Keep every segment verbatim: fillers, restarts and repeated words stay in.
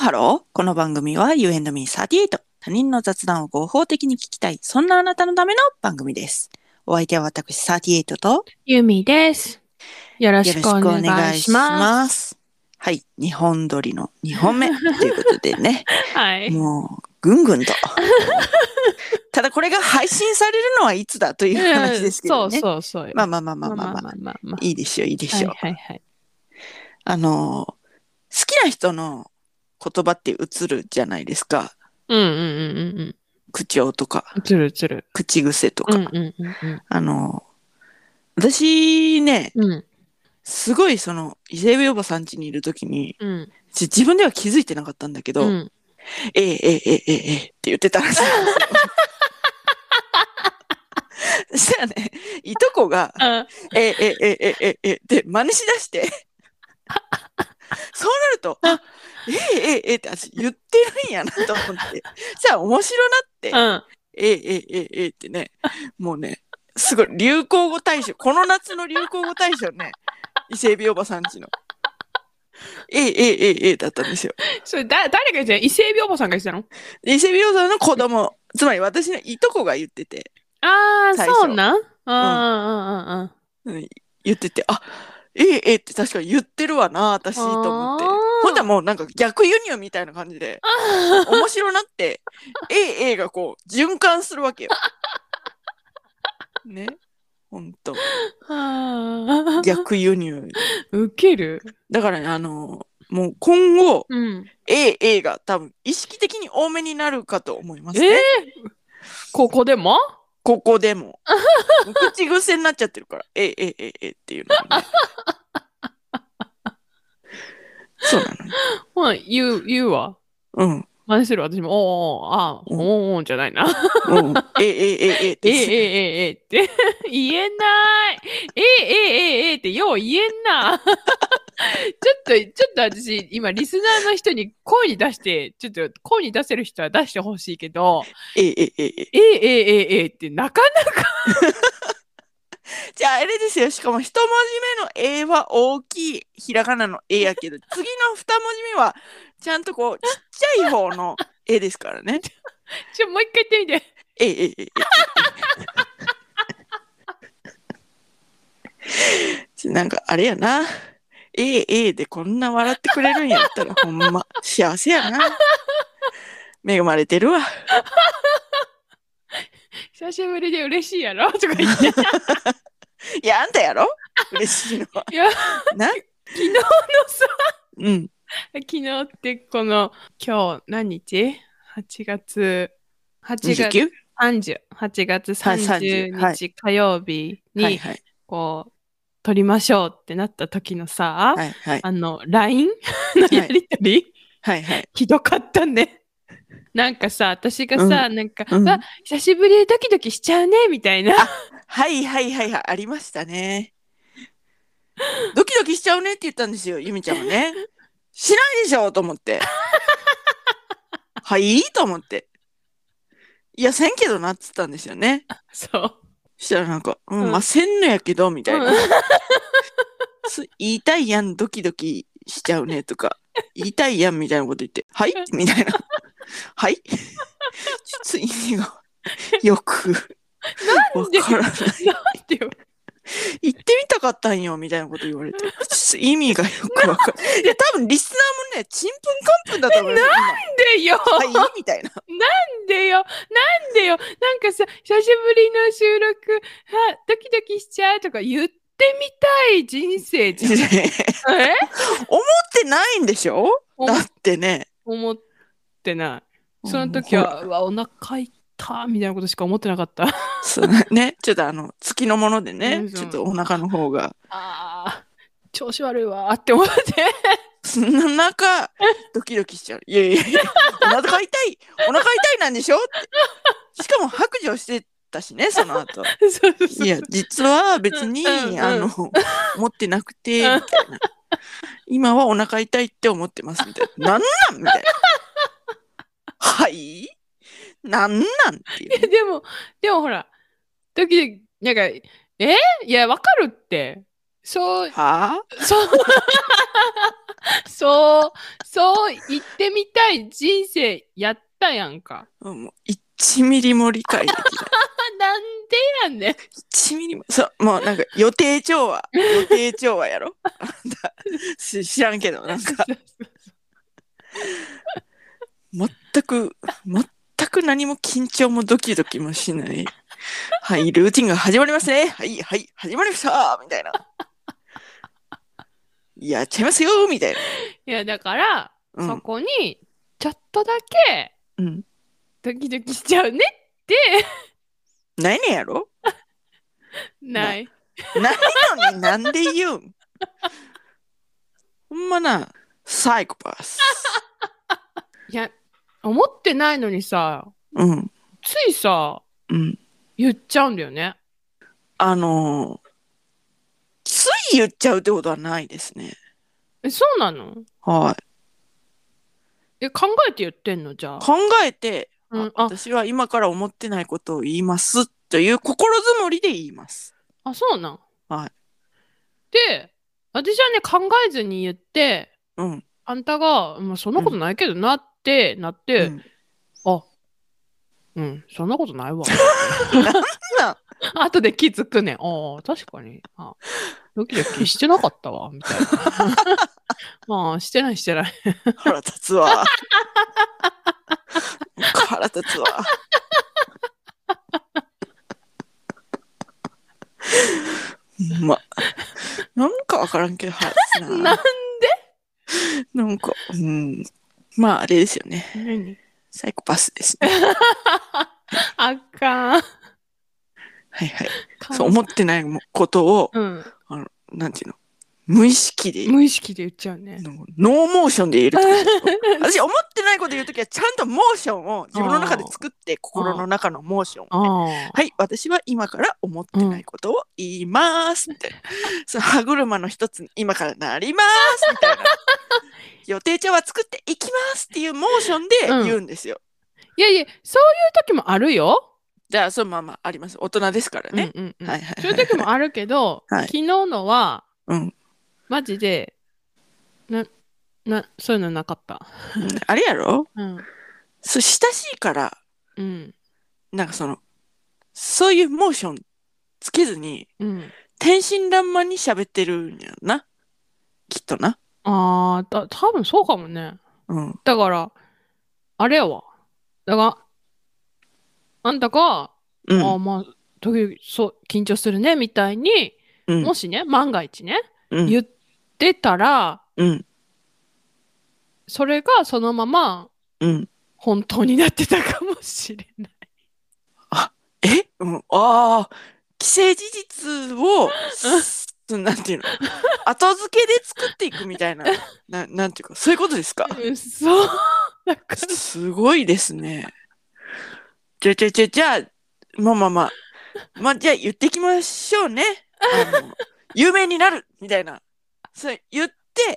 ハロー。この番組は You and meさんじゅうはち。他人の雑談を合法的に聞きたい。そんなあなたのための番組です。お相手は私さんじゅうはちとゆみです。よろよしくおろしくお願願いしいします。 ます。はい。にほん撮りのにほんめということでね。 はい。 もう、ぐんぐんと。ただこれが配信されるのはいつだという話ですけどね。 そうそうそう。 まあまあまあまあまあまあ。 まあまあまあまあ。 いいでしょう、いいでしょう。 はいはいはい。 あの、好きな人の言葉って映るじゃないですか。 うんうんうんうんうん。 口調とか、 つるつる。 口癖とか。 うんうんうんうん。 あの、私ね、 うんすごいその、伊勢海老おばさん家にいるときに、 うんち自分では気づいてなかったんだけど、 うん。 ええええええええって言ってたらしいんですよ。そしたらね、いとこが、 あええええええええって真似しだして、そうなると、あ、ええええええって私言ってるんやなと思って、じゃあ面白なって、 うんええええええええってね、もうね、すごい流行語大賞、この夏の流行語大賞ね、伊勢海老おばさんちの。ええええええええだったんですよ。 それだ誰が言ってたの？伊勢海老おばさんが言ってたの？ 伊勢海老おばさんの子供、つまり私のいとこが言ってて、 ああ、 最初。 そうなん。あうん、 ああうん言ってて、あ、ええええって確かに言ってるわな、私と思って。ほんとはもうなんか逆輸入みたいな感じで、 あ面白なって、ええええがこう循環するわけよ。ね。ほんと。 あ。 逆輸入。 ウケる。 だからね、あの、もう今後、 うん。 ええええが多分意識的に多めになるかと思いますええね。 ここでも？ ここでも。口癖になっちゃってるから、ええええええっていうのがね。そうなのよ。 まあ、言う、言うわ。 うん。 真似する私も、おーおー、あー、 うん。 おーおーじゃないな。 うん。ええええええっええて。 ええええって言えない。ええええええってよう言えんな。ちょっと、ちょっと私、今、リスナーの人に声に出して、ちょっと声に出せる人は出してほしいけど、 ええええええ。 ええええええってなかなか。 じゃああれですよ。しかも一文字目のえは大きいひらがなのえやけど、次の二文字目はちゃんとこうちっちゃい方のえですからね。 ちょ、もう一回言ってみて。 ええええええ。なんかあれやな。ええええでこんな笑ってくれるんやったらほんま幸せやな。恵まれてるわ。 久しぶりで嬉しいやろとか言って。 いや、あんたやろ嬉しいのは。 いや、 な昨日のさ、 うん。 昨日ってこの今日何日？ はち 月8月にじゅうきゅう? さんじゅう、はちがつはい、 30 30。はい。 日火曜日にはいはい。 こう撮りましょうってなった時のさ、 はいはい。 あの ライン のやりとり、 はいはい。 ひどかったね。なんかさ、私がうん。 さ、なんか、 うん。 あ、久しぶりでドキドキしちゃうね、みたいな。 あ、はいはいはいはい。ありましたね。ドキドキしちゃうねって言ったんですよ、ゆみちゃんはね。しないでしょと思って。はいと思って。いや、せんけどなっつったんですよね。 そう。 そしたらなんか、う、 うんんまあ、せんのやけど、みたいな。 うんす言いたいやん、ドキドキしちゃうねとか、言いたいやんみたいなこと言って、はいみたいな。はいちょっと意味がよくわからない。 なんでよ。 言ってみたかったんよみたいなこと言われて、ちょっと意味がよくわからない。いや、多分リスナーもね、ちんぷんかんぷんだと思います。 なんでよ。 今はいみたいな。 なんでよ。なんでよ。なんかさ、久しぶりの収録、あ、ドキドキしちゃうとか言ってみたい人生じゃん。え思ってないんでしょだってね。 思ってない。その時は、うわ、お腹痛みたいなことしか思ってなかった。 そうね。ちょっとあの、月のものでね、 うんちょっとお腹の方が。 ああ、調子悪いわーって思って。 そんな中、ドキドキしちゃう。いやいやいや、お腹痛い、お腹痛いなんでしょって。しかも白状してたしね、その後。 そうそうそういや、実は別に、 うんうんあの、思ってなくて、みたいな。今はお腹痛いって思ってます、みたいな。なんなんみたいな。はいなんなんっていうね、 でも、でもほら、時々、なんか、えいや、わかるって。そう、 はそう、 そう、そう言ってみたい人生やったやんか。 もういちミリも理解できない。 あ、なんでやねん。 いちミリも、そう、もうなんか予定調和、予定調和やろあんたし知らんけど、なんか、全く、全く何も緊張もドキドキもしない。はい、ルーティンが始まりますね。はい、はい、始まりましたみたいな。やっちゃいますよみたいな。 いや、だから、 うんそこに、ちょっとだけ、 うん。 ドキドキしちゃうねって、 ないねやろない。 ないのになんで言うんほんまな、サイコパス。 いや、思ってないのにさ、 うん、 ついさ、 うん。 言っちゃうんだよね。 あのー、つい言っちゃうってことはないですね。 え、そうなの？ はい。 え、考えて言ってんのじゃあ。 考えて、 うん、 ああ、 私は今から思ってないことを言いますという心づもりで言います。 あ、そうなん。 はい。 で、私はね、考えずに言って、 うん。 あんたが、まあ、そんなことないけどなってなって、 うん、 あ、うん、そんなことないわ。 なんなん後で気づくねん。ああ、確かに。あ、ドキドキしてなかったわ、みたいな。まあ、してないしてない。 腹立つわ。腹立つわ。ま、なんかわからんけど腹立つな。 なんなんか、うん。まあ、あれですよね。 何？ サイコパスですね。 あかん。 はいはい。そう思ってないことを、 うん。 あの、なんていうの、無意識で、 無意識で言っちゃうね。 ノーモーションで言えるってことですよ。私、思ってないこと言うときは、ちゃんとモーションを自分の中で作って、心の中のモーションを、ね。はい、私は今から思ってないことを言いますって。その歯車の一つに今からなりますみたいな。予定調和作っていきますっていうモーションで言うんですよ。 うん、いやいや、そういう時もあるよ。 じゃあ、そのままあります。大人ですからね。 そういう時もあるけど、はい、昨日のは、 うん、 マジでななそういうのなかった。 あれやろ、 うん、 そう親しいから、 うん、 なんかそのそういうモーションつけずに、うん、天真爛漫に喋ってるんやな、きっとな。 ああ、た多分そうかもね。 うん、 だからあれやわ。だからあんたが、うん、ああまあ時そう緊張するねみたいに、うん、もしね万が一ね、うん、言ってたら、うん、それがそのまま、うん、本当になってたかもしれない。 あ、え、うん、ああ、既成事実をなんていうの、後付けで作っていくみたいな、な、なんていうか、そういうことですか？ そう。 すごいですね。じゃじゃじゃじゃあ、まあまあまあ、まあじゃあ言ってきましょうね。あの有名になるみたいな。それ言って、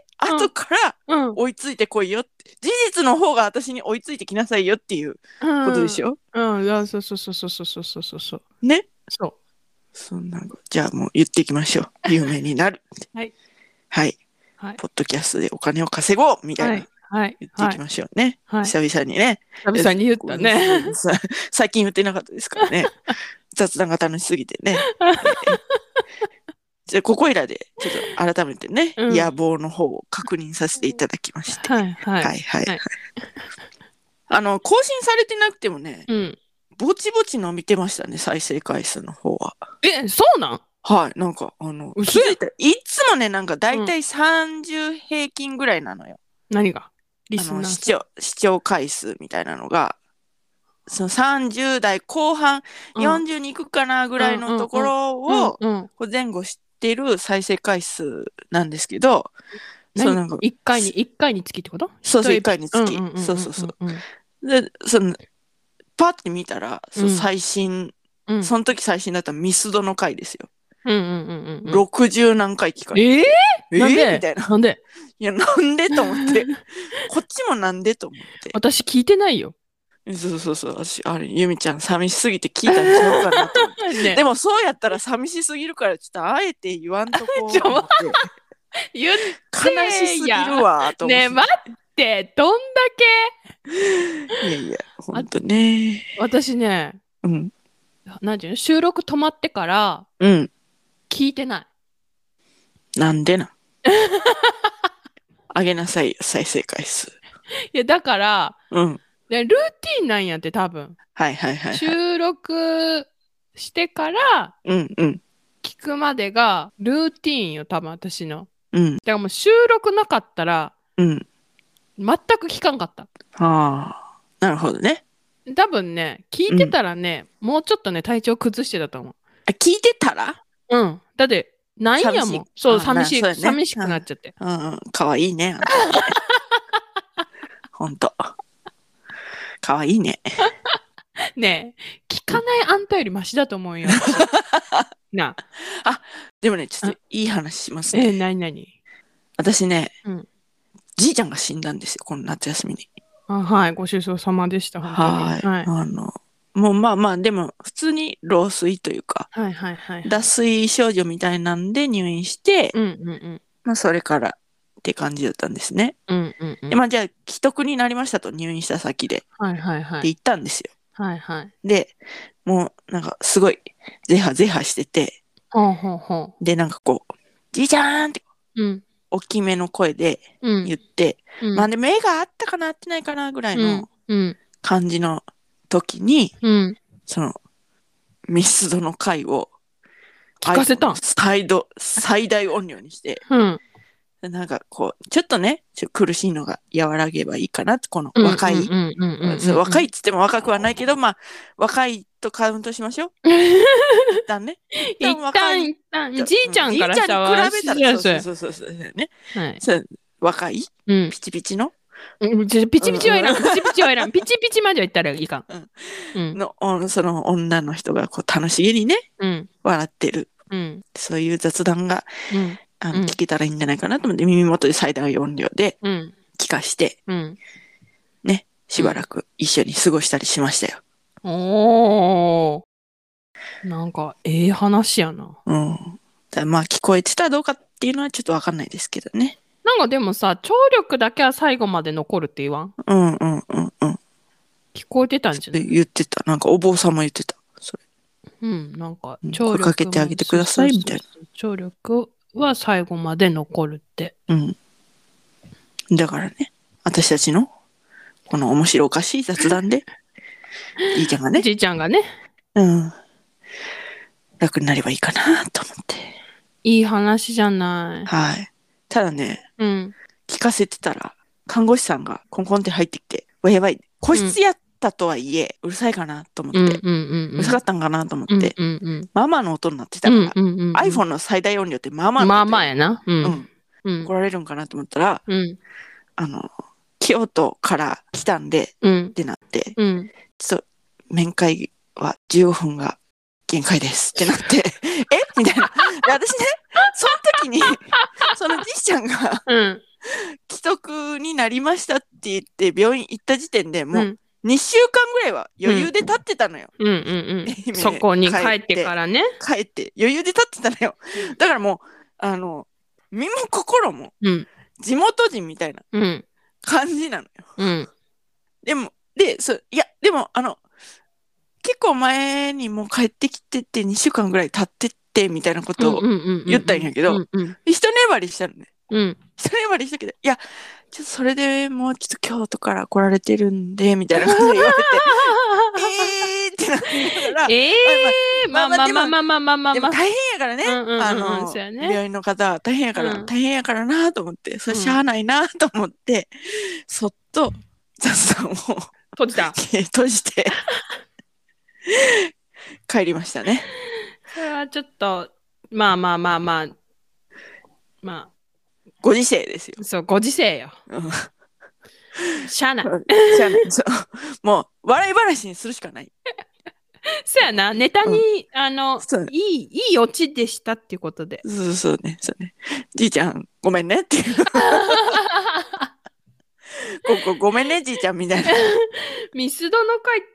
後から追いついてこいよって、うん、事実の方が私に追いついてきなさいよっていうことでしょ？ うん、うん、そうそうそうそうそうそうそうそう。 ね？ そう。 そんなの、じゃあもう言っていきましょう。有名になる。 はい。 はい。はい。ポッドキャストでお金を稼ごうみたいな。 はいはい、 言っていきましょうね。はい、久々にね。 久々に言ったね。 最近言ってなかったですからね。雑談が楽しすぎてね。じゃあここいらでちょっと改めてね、うん、野望の方を確認させていただきまして。はいはいはいはい。はい、あの更新されてなくてもね、うん、ぼちぼち伸びてましたね、再生回数の方は。 え、そうなん？ はい、なんかあの気づいたらいつもね、なんかだいたいさんじゅう平均ぐらいなのよ。 何が？ リスナー視聴視聴回数みたいなのがそのさんじゅう代後半、うん、よんじゅうに行くかなぐらいのところを前後してる再生回数なんですけど、 そうなんかいっかいにいっかいにつきってこと？ そうそういっかいにつき、そうそうそう。でそのパッて見たら、うん、そ最新、うん、その時最新だったミスドの回ですよ。ろくじゅう何回聞かれて。 えー、 えー、 なんでみたいな。 なんでいや、なんでと思って。こっちもなんでと思って。 私聞いてないよ。 そうそうそう。私、あれ、ゆみちゃん寂しすぎて聞いたんちゃうかなと思って。ね、でもそうやったら寂しすぎるから、ちょっとあえて言わんとこう思って。 言っ悲しすぎるわと思って。 ねえ、待って、どんだいやいや、ほんとね。 け私ね、 うん。 なんていうの、収録止まってからうん。 聞いてない。 なんでなんあげなさいよ、再生回数。 いや、だから、 うん。 でルーティンなんやって、多分。 はいはいはいはい。 収録してからうんうん。 聞くまでがルーティンよ、多分私の。 うん。 だからもう収録なかったら、 うん。 全く聞かんかった。 はあ。なるほどね。 多分ね、聞いてたらね、うん、もうちょっとね、体調崩してたと思う。 あ、聞いてたらうん。だって、ないんやもん。そう、寂しい、ね、寂しくなっちゃって。 うん、うん、かわいいね。あんたほんと。かわいいね。 ねえ、聞かないあんたよりマシだと思うよ。なあ。あ、でもね、ちょっといい話しますね。 え、なになに私ね、 うん、 じいちゃんが死んだんですよ、この夏休みに。 あ、はい、ご愁傷様でした、本当に。 はい。はい、あの、もうまあまあ、でも、普通に老衰というか、 はいはいはい、はい、 脱水症状みたいなんで入院して、 うんうんうん、 まあ、それからって感じだったんですね。 うんうんうん、 で、まあ、じゃあ、既得になりましたと、入院した先で。 はいはいはい。 って言ったんですよ。 はいはい。 で、もう、なんか、すごい、ゼハゼハしてて、 ほうほうほうで、なんかこう、じいちゃんって、 うん、 大きめの声で言って、うん、まあで、目があったかな、あってないかな、ぐらいの感じの時に、うんうん、その、ミスドの回を、 聞かせたん最大、最大音量にして、うん、なんかこう、ちょっとね、ちょ苦しいのが和らげばいいかなって、この若い、若いっつっても若くはないけど、まあ、若いとカウントしましょう。一旦ね。 一旦若い。一旦、一旦、じいちゃんからしたら。じいちゃんに比べたら、そうそうそうそうそうね。はい、若い、うん、ピチピチの。 ピチピチはいらん。ピチピチはいらん。ピチピチまでは言ったらいいかん。 うん、の、その女の人がこう楽しげにね、うん、笑ってる。うん、そういう雑談が、うんあの、うん、聞けたらいいんじゃないかなと思って耳元で最大音量で聞かして、うん、ね、しばらく一緒に過ごしたりしましたよ。 うん、おー。なんか、ええ話やな。 うん。だまあ、聞こえてたらどうかっていうのはちょっとわかんないですけどね。 なんかでもさ、聴力だけは最後まで残るって言わん？ うんうんうんうん。 聞こえてたんじゃない？ 言ってた。なんかお坊さんも言ってた。それ。 うん、なんか、 聴力。声かけてあげてくださいみたいな。 聴力は最後まで残るって。 うん。だからね、私たちの、この面白おかしい雑談で、じいちゃんがね。 じいちゃんがね。 うん。楽になればいいかなと思って。 いい話じゃない。 はい。ただね、 うん、 聞かせてたら、看護師さんがコンコンって入ってきて、わやばい、個室やったとはいえ、うん、うるさいかなと思って、うんうんうんうん、うるさかったんかなと思って、うんうんうん、ママの音になってたから、うんうんうんうん、iPhone の最大音量ってママの音。 まあまあやな。うん。 うん、怒られるんかなと思ったら、うん、あの、京都から来たんで、うん、ってなって、うん、ちょっと面会はじゅうごふんが限界ですってなって、えみたいな。で、私ね、その時に、そのじいちゃんが、うん、既得になりましたって言って病院行った時点でもうにしゅうかんぐらいは余裕で立ってたのよ。 うんうんうん、そこに帰ってからね。 帰って余裕で立ってたのよ。だからもう、あの、身も心も地元人みたいな感じなのよ。うん、でも、で、そいや、でも、あの、結構前にもう帰ってきててにしゅうかんぐらい経ってってみたいなことを言ったんやけど、一粘りしたのね。うん。一粘りしたけど、いや、ちょっとそれでもうちょっと京都から来られてるんで、みたいなこと言われて、えーってなってから、 えー、まあまあまあまあまあまあまあ。 でも大変やからね、あの、病院の方は大変やから、大変やからなと思って、それしゃあないなと思って、そっと雑談を閉じた。 閉じて、帰りましたね。 それはちょっと、まあまあまあまあ、まあ。 ご時世ですよ。 そう、ご時世よ。しゃあない。 しゃあない。そう。もう、笑い話にするしかない。 そうやな、ネタに、うん、あの、いい、いいオチでしたっていうことで。 そうそうね、そうね。じいちゃん、ごめんねっていう。ここ、ごめんね、じいちゃんみたいな。 ミスドの回って、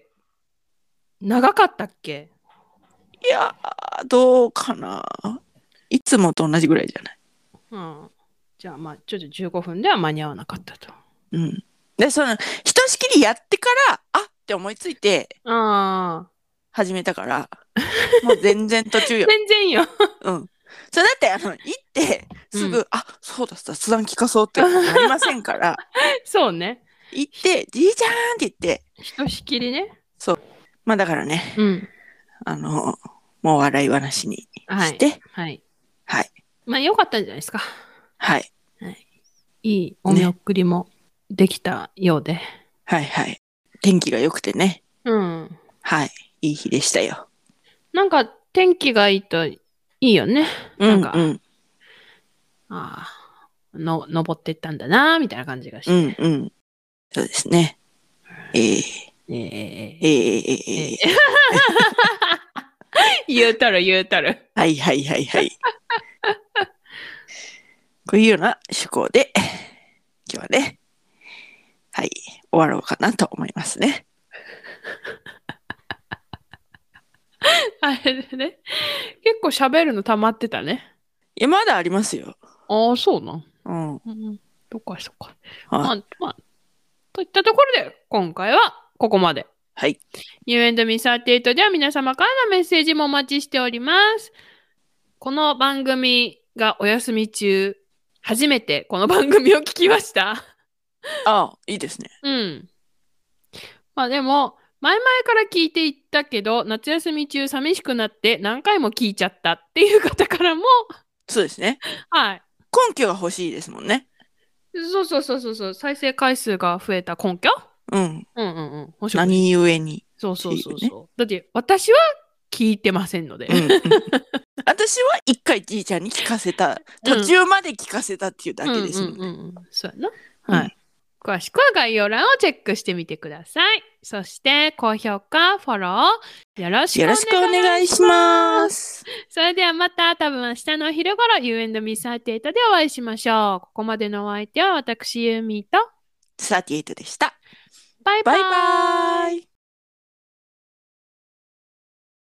長かったっけ？ いやー、どうかな。いつもと同じぐらいじゃない。 うん。じゃあまあちょっとじゅうごふんでは間に合わなかったと。 うん。で、その、ひとしきりやってから、あって思いついてああ。 始めたから、もう全然途中よ。 全然よ。 うん。それだって、あの、行って、すぐ、 うんあ、そうだ、雑談聞かそうってなりませんから、 そうね。 行って、じいちゃんって言って、 ひとしきりね。 まあだからね、 うん。 あの、もう笑い話にはい。 して、 はい。 はい、 まあ良かったんじゃないですか。 はい、 はい。いいお見ね、 送りもできたようで。 はいはい。天気が良くてね、 うん。 はい、いい日でしたよ。 なんか天気がいいといいよね。 うなんか、 んうん、 ああ、の、登っていったんだな、みたいな感じがしうて。 んうん。そうですね。えー、 ええー、ええー、えー、 言うたる言うたる。 はいはいはいはい。こういうような趣向で、今日はね、はい、終わろうかなと思いますね。 あれでね。結構喋るの溜まってたね。 いや、まだありますよ。 ああ、そうなん。 うん。 うん。そっかそっか。 はい。 まあ、まあ、といったところで、今回はここまで。 はい。 You and me さんじゅうはちでは皆様からのメッセージもお待ちしております。この番組がお休み中、初めてこの番組を聞きました。 ああ、いいですね。 うん。まあでも、前々から聞いていったけど、夏休み中寂しくなって何回も聞いちゃったっていう方からも、 そうですね。 はい。 根拠が欲しいですもんね。 そうそうそうそうそう、再生回数が増えた根拠うん。 うんうんうん。欲しい欲しい何故にそうそうっていうね。 そうそう。だって私は聞いてませんので。 うんうん。私は一回じいちゃんに聞かせた。途中まで聞かせたっていうだけですので。 うんうんうんうん。そうやな。 うんはい。詳しくは概要欄をチェックしてみてください。そして高評価、フォローよろしくおよろしくお願いし願いしま。 ますす。 それではまた多分明日のお昼頃 You and me さんじゅうはちでお会いしましょう。ここまでのお相手は私ユーミーとさんじゅうはちでした。 バイババイバーイ。 ーイ。